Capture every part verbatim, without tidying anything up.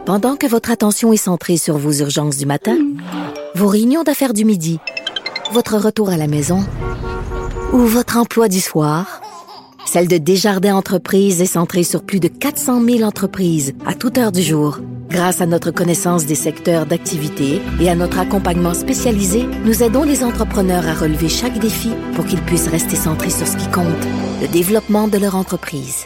Pendant que votre attention est centrée sur vos urgences du matin, vos réunions d'affaires du midi, votre retour à la maison ou votre emploi du soir, celle de Desjardins Entreprises est centrée sur plus de quatre cent mille entreprises à toute heure du jour. Grâce à notre connaissance des secteurs d'activité et à notre accompagnement spécialisé, nous aidons les entrepreneurs à relever chaque défi pour qu'ils puissent rester centrés sur ce qui compte, le développement de leur entreprise.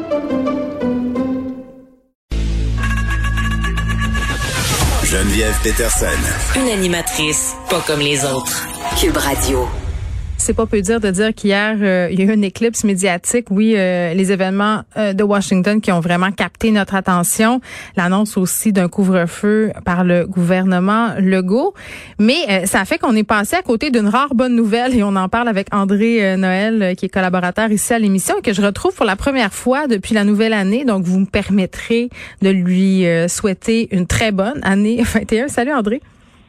Geneviève Peterson. Une animatrice pas comme les autres. Cube Radio. C'est pas peu dire de dire qu'hier, euh, il y a eu une éclipse médiatique. Oui, euh, les événements euh, de Washington qui ont vraiment capté notre attention. L'annonce aussi d'un couvre-feu par le gouvernement Legault. Mais euh, ça fait qu'on est passé à côté d'une rare bonne nouvelle et on en parle avec André euh, Noël, euh, qui est collaborateur ici à l'émission et que je retrouve pour la première fois depuis la nouvelle année. Donc, vous me permettrez de lui euh, souhaiter une très bonne année vingt et un. Salut André.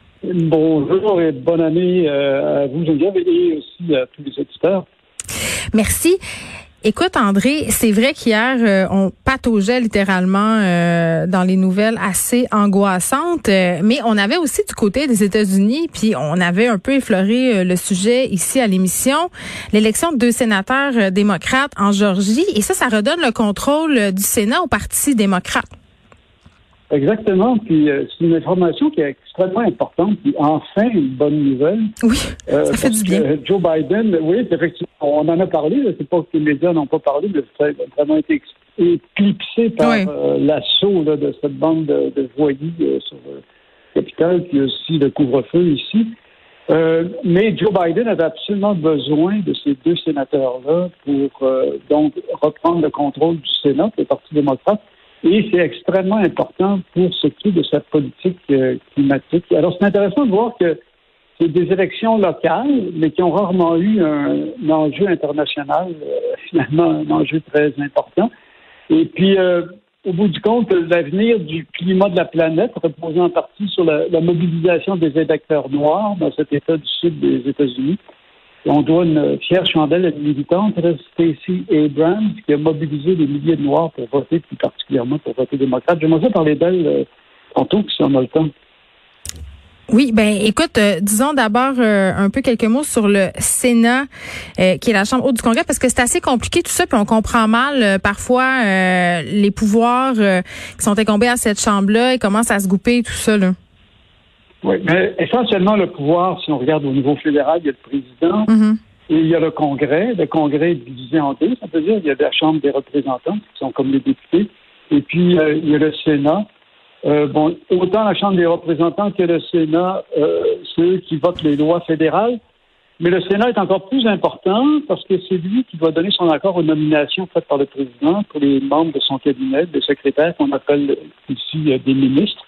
Bonjour et bonne année euh, à vous, Geneviève, et aussi à tous les auditeurs. Merci. Écoute, André, c'est vrai qu'hier, euh, on pataugeait littéralement euh, dans les nouvelles assez angoissantes, euh, mais on avait aussi du côté des États-Unis, puis on avait un peu effleuré euh, le sujet ici à l'émission, l'élection de deux sénateurs euh, démocrates en Géorgie, et ça, ça redonne le contrôle euh, du Sénat au Parti démocrate. Exactement, puis euh, c'est une information qui est extrêmement importante, puis enfin une bonne nouvelle. Oui, euh, ça fait du bien. Que Joe Biden, oui, effectivement, on en a parlé, là, c'est pas que les médias n'ont pas parlé, mais ça a vraiment été éclipsé par oui. euh, l'assaut là, de cette bande de, de voyous euh, sur le Capitole, puis aussi le couvre-feu ici. Euh, mais Joe Biden avait absolument besoin de ces deux sénateurs-là pour euh, donc reprendre le contrôle du Sénat, le Parti démocrate. Et c'est extrêmement important pour ce qui est de sa politique euh, climatique. Alors, c'est intéressant de voir que c'est des élections locales, mais qui ont rarement eu un, un enjeu international, euh, finalement un enjeu très important. Et puis, euh, au bout du compte, l'avenir du climat de la planète repose en partie sur la, la mobilisation des électeurs noirs dans cet État du sud des États-Unis. On doit une fière chandelle à une militante, Stacey Abrams, qui a mobilisé des milliers de Noirs pour voter, plus particulièrement pour voter démocrate. J'aimerais parler d'elle euh, tantôt, si on a le temps. Oui, ben écoute, euh, disons d'abord euh, un peu quelques mots sur le Sénat, euh, qui est la Chambre haute du Congrès, parce que c'est assez compliqué tout ça, puis on comprend mal euh, parfois euh, les pouvoirs euh, qui sont incombés à cette Chambre-là et comment ça se goupille tout ça, là. Oui, mais essentiellement, le pouvoir, si on regarde au niveau fédéral, il y a le président mm-hmm. et il y a le Congrès. Le Congrès est divisé en deux, ça veut dire il y a la Chambre des représentants, qui sont comme les députés, et puis euh, il y a le Sénat. Euh, bon, autant la Chambre des représentants que le Sénat, euh, c'est eux qui votent les lois fédérales, mais le Sénat est encore plus important parce que c'est lui qui doit donner son accord aux nominations faites par le président pour les membres de son cabinet, des secrétaires qu'on appelle ici euh, des ministres.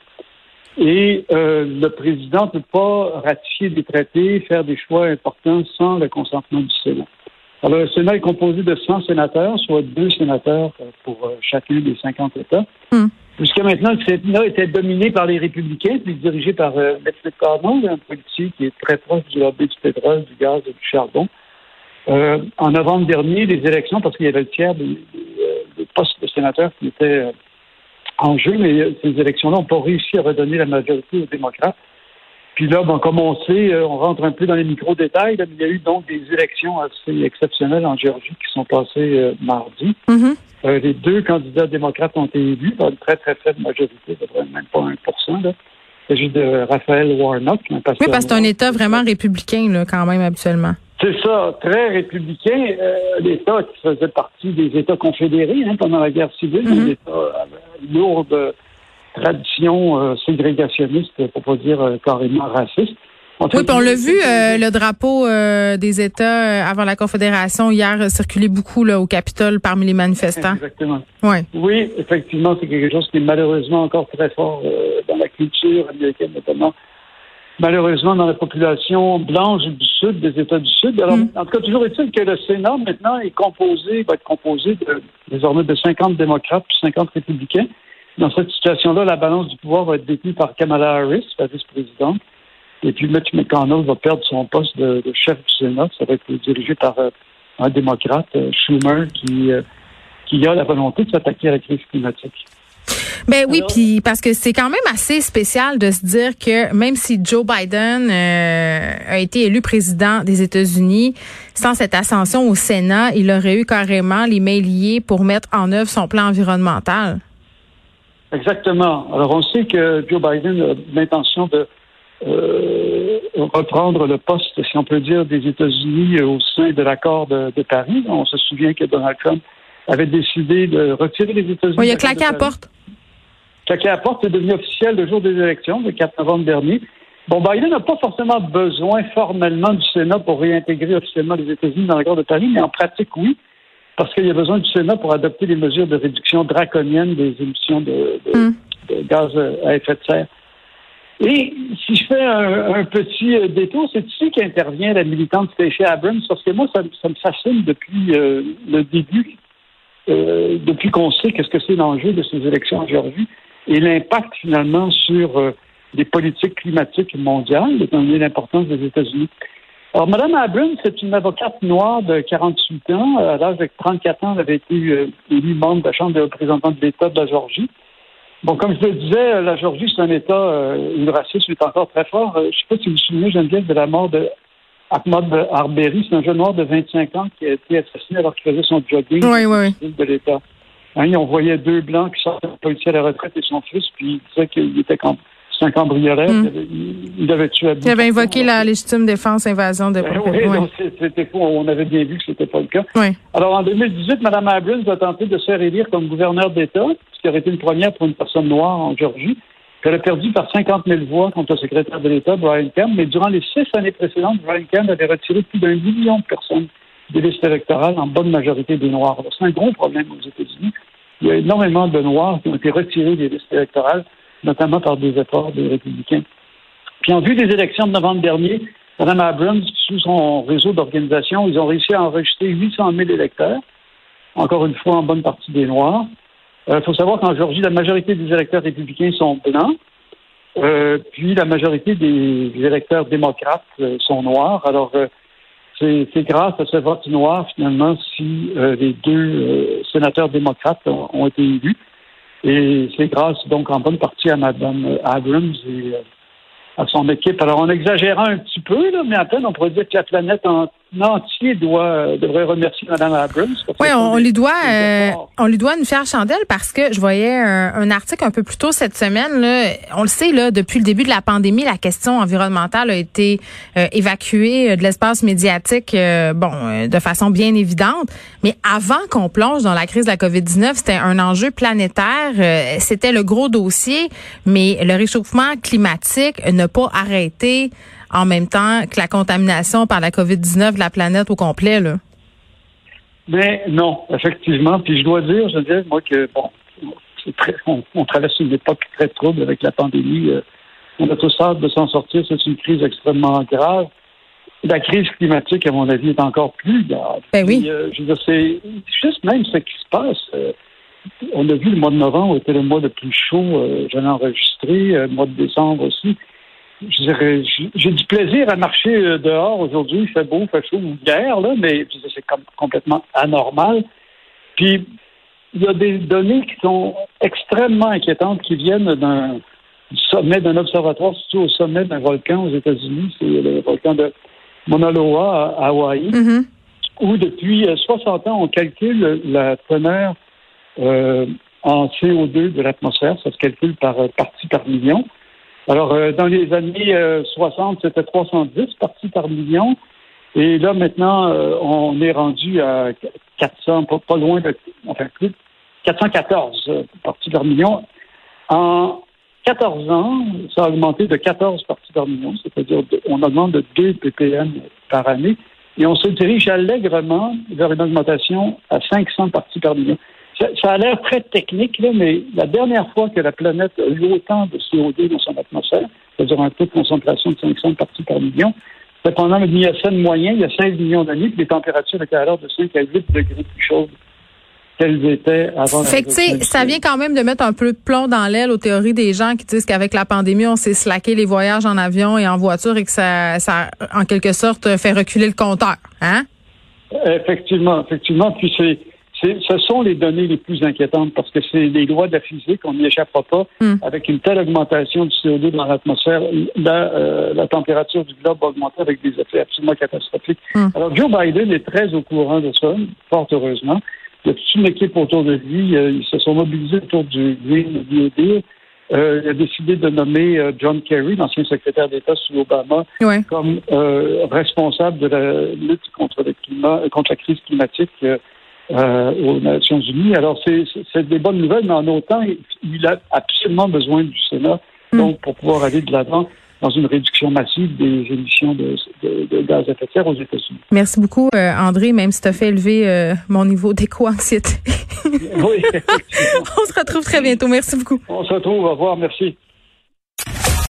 Et euh, le président ne peut pas ratifier des traités, faire des choix importants sans le consentement du Sénat. Alors, le Sénat est composé de cent sénateurs, soit deux sénateurs pour euh, chacun des cinquante États. Mm. Jusqu'à maintenant, le Sénat était dominé par les républicains, puis dirigé par euh, Mitch McConnell, un politique qui est très proche du lobby du pétrole, du gaz et du charbon. Euh, en novembre dernier, les élections, parce qu'il y avait le tiers des, des, des postes de sénateurs qui étaient... Euh, en jeu, mais ces élections-là n'ont pas réussi à redonner la majorité aux démocrates. Puis là, bon, comme on sait, on rentre un peu dans les micro-détails, là, mais il y a eu donc des élections assez exceptionnelles en Géorgie qui sont passées euh, mardi. Mm-hmm. Euh, les deux candidats démocrates ont été élus par une très, très faible majorité, même pas un pour cent. Là. Il s'agit de Raphaël Warnock. Un pasteur oui, parce que c'est un État vraiment républicain, là, quand même, habituellement. C'est ça, très républicain. Euh, L'État qui faisait partie des États confédérés hein, pendant la guerre civile, mm-hmm. un État avec une lourde tradition euh, ségrégationniste, pour pas dire euh, carrément raciste. Oui, puis on l'a vu, euh, le drapeau euh, des États euh, avant la Confédération hier euh, circulait beaucoup là, au Capitole parmi les manifestants. Exactement. Ouais. Oui, effectivement, c'est quelque chose qui est malheureusement encore très fort euh, dans la culture américaine, notamment malheureusement dans la population blanche du Sud, des États du Sud. Alors, mm. en tout cas, toujours est-il que le Sénat, maintenant, est composé, va être composé de, désormais de cinquante démocrates puis cinquante républicains. Dans cette situation-là, la balance du pouvoir va être détenue par Kamala Harris, la vice-présidente. Et puis, Mitch McConnell va perdre son poste de, de chef du Sénat. Ça va être dirigé par euh, un démocrate, euh, Schumer, qui, euh, qui a la volonté de s'attaquer à la crise climatique. Ben oui, puis parce que c'est quand même assez spécial de se dire que même si Joe Biden euh, a été élu président des États-Unis, sans cette ascension au Sénat, il aurait eu carrément les mains liées pour mettre en œuvre son plan environnemental. Exactement. Alors, on sait que Joe Biden a l'intention de euh, reprendre le poste, si on peut dire, des États-Unis au sein de l'accord de, de Paris. On se souvient que Donald Trump avait décidé de retirer les États-Unis. Oui, il a claqué à la porte. Claqué à la porte, c'est devenu officiel le jour des élections, le quatre novembre dernier. Bon, Biden n'a pas forcément besoin formellement du Sénat pour réintégrer officiellement les États-Unis dans l'accord de Paris, mais en pratique, oui. Parce qu'il y a besoin du Sénat pour adopter des mesures de réduction draconienne des émissions de, de, mm. de gaz à effet de serre. Et si je fais un, un petit détour, c'est ici qu'intervient la militante Stacey Abrams, parce que moi, ça, ça me fascine depuis euh, le début, euh, depuis qu'on sait qu'est-ce que c'est l'enjeu de ces élections en Géorgie et l'impact finalement sur euh, les politiques climatiques mondiales, étant donné l'importance des États-Unis. Alors, Mme Abrams, c'est une avocate noire de quarante-huit ans. À l'âge de trente-quatre ans, elle avait été euh, élue membre de la Chambre des représentants de l'État de la Géorgie. Bon, comme je le disais, la Géorgie, c'est un État euh, où le racisme est encore très fort. Euh, je ne sais pas si vous vous souvenez, Geneviève, de la mort de Ahmaud Arbery. C'est un jeune noir de vingt-cinq ans qui a été assassiné alors qu'il faisait son jogging oui, oui. de l'État. Hein, on voyait deux Blancs qui sortaient de policier à la retraite et son fils, puis il disait qu'il était comme... C'est un cambrioleur. Mm. Il, avait, il avait tué à bout. Il avait invoqué la légitime défense, invasion de ben oui, oui. Donc c'était faux. On avait bien vu que c'était pas le cas. Oui. Alors, en deux mille dix-huit, Mme Abrams a tenté de se faire élire comme gouverneur d'État, ce qui aurait été une première pour une personne noire en Géorgie. Elle a perdu par cinquante mille voix contre le secrétaire de l'État, Brian Kemp, mais durant les six années précédentes, Brian Kemp avait retiré plus d'un million de personnes des listes électorales, en bonne majorité des Noirs. Alors, c'est un gros problème aux États-Unis. Il y a énormément de Noirs qui ont été retirés des listes électorales, notamment par des efforts des républicains. Puis en vue des élections de novembre dernier, Mme Abrams, sous son réseau d'organisation, ils ont réussi à enregistrer huit cent mille électeurs, encore une fois en bonne partie des Noirs. Il euh, faut savoir qu'en Géorgie, la majorité des électeurs républicains sont blancs, euh, puis la majorité des, des électeurs démocrates euh, sont noirs. Alors, euh, c'est, c'est grâce à ce vote noir, finalement, si euh, les deux euh, sénateurs démocrates ont, ont été élus. Et c'est grâce, donc, en bonne partie à Mme Abrams et euh, à son équipe. Alors, en exagérant un petit peu, là, mais à peine, on pourrait dire que la planète en entier doit, devrait remercier Mme Abrams. Oui, on, on lui doit, euh, on lui doit une fière chandelle parce que je voyais un, un article un peu plus tôt cette semaine, là. On le sait, là, depuis le début de la pandémie, la question environnementale a été euh, évacuée de l'espace médiatique, euh, bon, euh, de façon bien évidente. Mais avant qu'on plonge dans la crise de la covid dix-neuf, c'était un enjeu planétaire. Euh, c'était le gros dossier, mais le réchauffement climatique n'a pas arrêté en même temps que la contamination par la covid dix-neuf de la planète au complet, là. Mais non, effectivement. Puis je dois dire, je veux dire, moi, que, bon, c'est très, on, on traverse une époque très trouble avec la pandémie. Euh, on a tous hâte de s'en sortir. C'est une crise extrêmement grave. La crise climatique, à mon avis, est encore plus grave. Ben oui. Puis, euh, je veux dire, c'est juste même ce qui se passe. Euh, on a vu le mois de novembre était le mois le plus chaud. Euh, j'en ai enregistré. Euh, le mois de décembre aussi. Je dirais, j'ai du plaisir à marcher dehors aujourd'hui. Il fait beau, il fait chaud, ou guère, là, mais c'est comme complètement anormal. Puis, il y a des données qui sont extrêmement inquiétantes qui viennent d'un sommet d'un observatoire situé au sommet d'un volcan aux États-Unis. C'est le volcan de Mauna Loa à Hawaï, mm-hmm. où depuis soixante ans, on calcule la teneur euh, en C O deux de l'atmosphère. Ça se calcule par partie par million. Alors, euh, dans les années euh, soixante, c'était trois cent dix parties par million. Et là, maintenant, euh, on est rendu à quatre cents, pas, pas loin de... Enfin, plus quatre cent quatorze euh, parties par million. En quatorze ans, ça a augmenté de quatorze parties par million, c'est-à-dire de, on augmente de deux ppm par année. Et on se dirige allègrement vers une augmentation à cinq cents parties par million. Ça, ça a l'air très technique, là, mais la dernière fois que la planète a eu autant de C O deux dans son atmosphère, c'est-à-dire un taux de concentration de cinq cents parties par million, c'était pendant le Miocène moyen, il y a seize millions d'années, puis les températures étaient alors de cinq à huit degrés plus chaudes qu'elles étaient avant. Fait que, tu sais, ça vient quand même de mettre un peu de plomb dans l'aile aux théories des gens qui disent qu'avec la pandémie, on s'est slacké les voyages en avion et en voiture et que ça, ça en quelque sorte, fait reculer le compteur, hein? Effectivement, effectivement. Puis c'est c'est, ce sont les données les plus inquiétantes parce que c'est les lois de la physique, on n'y échappera pas. Mm. Avec une telle augmentation du C O deux dans l'atmosphère, la, euh, la température du globe va augmenter avec des effets absolument catastrophiques. Mm. Alors, Joe Biden est très au courant de ça, fort heureusement. Il y a toute une équipe autour de lui. Euh, ils se sont mobilisés autour du Green New Deal. Euh, il a décidé de nommer euh, John Kerry, l'ancien secrétaire d'État sous Obama, ouais. comme euh, responsable de la lutte contre le climat, contre la crise climatique euh, euh, aux Nations Unies. Alors, c'est, c'est des bonnes nouvelles, mais en autant, il a absolument besoin du Sénat, mm. donc pour pouvoir aller de l'avant dans une réduction massive des émissions de, de, de gaz à effet de serre aux États-Unis. Merci beaucoup, euh, André, même si tu as fait élever euh, mon niveau d'éco-anxiété. Oui, effectivement. On se retrouve très bientôt. Merci beaucoup. On se retrouve. Au revoir. Merci.